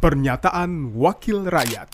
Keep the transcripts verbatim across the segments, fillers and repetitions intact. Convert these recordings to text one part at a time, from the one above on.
Pernyataan Wakil Rakyat.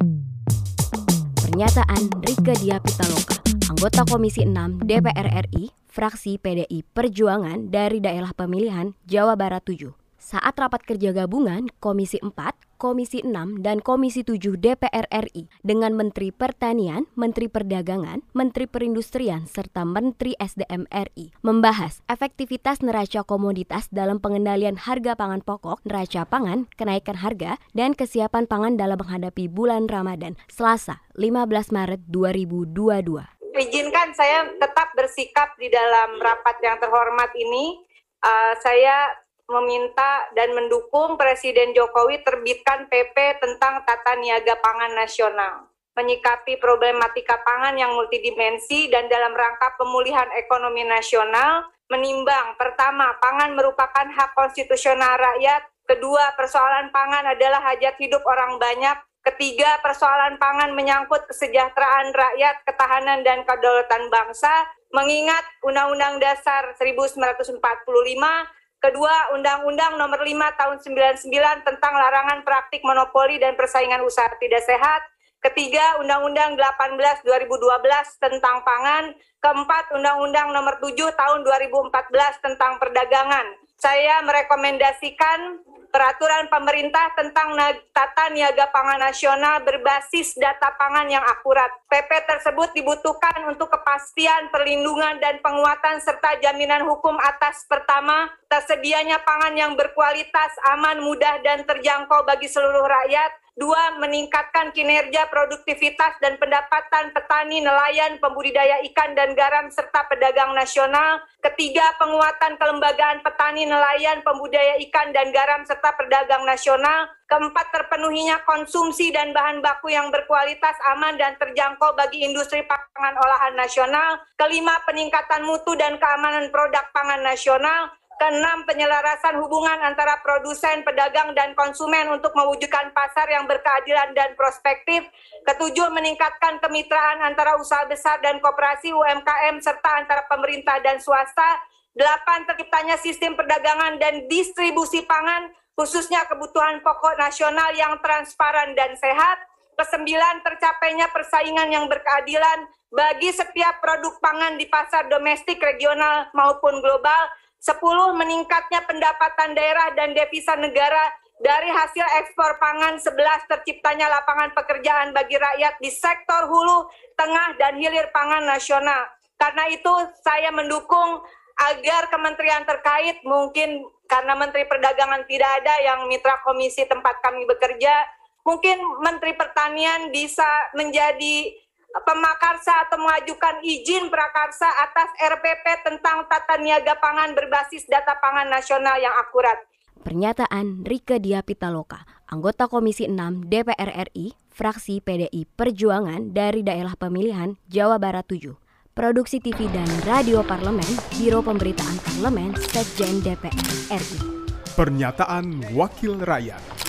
Pernyataan Rieke Diah Pitaloka, anggota Komisi enam D P R R I, fraksi P D I Perjuangan dari daerah pemilihan Jawa Barat tujuh. Saat rapat kerja gabungan Komisi empat, Komisi enam, dan Komisi tujuh D P R R I dengan Menteri Pertanian, Menteri Perdagangan, Menteri Perindustrian, serta Menteri S D M R I membahas efektivitas neraca komoditas dalam pengendalian harga pangan pokok, neraca pangan, kenaikan harga, dan kesiapan pangan dalam menghadapi bulan Ramadan, Selasa, lima belas Maret dua ribu dua puluh dua. Izinkan saya tetap bersikap di dalam rapat yang terhormat ini. Uh, saya meminta dan mendukung Presiden Jokowi terbitkan P P tentang Tata Niaga Pangan Nasional, menyikapi problematika pangan yang multidimensi dan dalam rangka pemulihan ekonomi nasional, menimbang pertama, pangan merupakan hak konstitusional rakyat, kedua, persoalan pangan adalah hajat hidup orang banyak, ketiga, persoalan pangan menyangkut kesejahteraan rakyat, ketahanan dan kedaulatan bangsa, mengingat Undang-Undang Dasar seribu sembilan ratus empat puluh lima, kedua, Undang-Undang Nomor lima Tahun sembilan puluh sembilan tentang larangan praktik monopoli dan persaingan usaha tidak sehat. Ketiga, Undang-Undang delapan belas dua ribu dua belas tentang pangan. Keempat, Undang-Undang Nomor tujuh Tahun dua ribu empat belas tentang perdagangan. Saya merekomendasikan peraturan pemerintah tentang Tata Niaga Pangan Nasional berbasis data pangan yang akurat. P P tersebut dibutuhkan untuk kepastian, perlindungan, dan penguatan serta jaminan hukum atas pertama, tersedianya pangan yang berkualitas, aman, mudah, dan terjangkau bagi seluruh rakyat. Dua, meningkatkan kinerja, produktivitas, dan pendapatan petani, nelayan, pembudidaya ikan dan garam, serta pedagang nasional. Ketiga, penguatan kelembagaan petani, nelayan, pembudidaya ikan dan garam, serta pedagang nasional. Keempat, terpenuhinya konsumsi dan bahan baku yang berkualitas, aman, dan terjangkau bagi industri pangan olahan nasional. Kelima, peningkatan mutu dan keamanan produk pangan nasional. Keenam, penyelarasan hubungan antara produsen, pedagang, dan konsumen untuk mewujudkan pasar yang berkeadilan dan prospektif. Ketujuh, meningkatkan kemitraan antara usaha besar dan koperasi U M K M serta antara pemerintah dan swasta. Delapan, terciptanya sistem perdagangan dan distribusi pangan, khususnya kebutuhan pokok nasional yang transparan dan sehat. Kesembilan, tercapainya persaingan yang berkeadilan bagi setiap produk pangan di pasar domestik, regional, maupun global. Sepuluh, meningkatnya pendapatan daerah dan devisa negara dari hasil ekspor pangan. Sebelas, terciptanya lapangan pekerjaan bagi rakyat di sektor hulu, tengah, dan hilir pangan nasional. Karena itu saya mendukung agar kementerian terkait, mungkin karena Menteri Perdagangan tidak ada yang mitra komisi tempat kami bekerja, mungkin Menteri Pertanian bisa menjadi pemakarsa atau mengajukan izin prakarsa atas R P P tentang tata niaga pangan berbasis data pangan nasional yang akurat. Pernyataan Rieke Diah Pitaloka, anggota Komisi enam D P R R I, fraksi P D I Perjuangan dari daerah pemilihan Jawa Barat tujuh. Produksi T V dan Radio Parlemen, Biro Pemberitaan Parlemen, Sekjen D P R R I. Pernyataan Wakil Rakyat.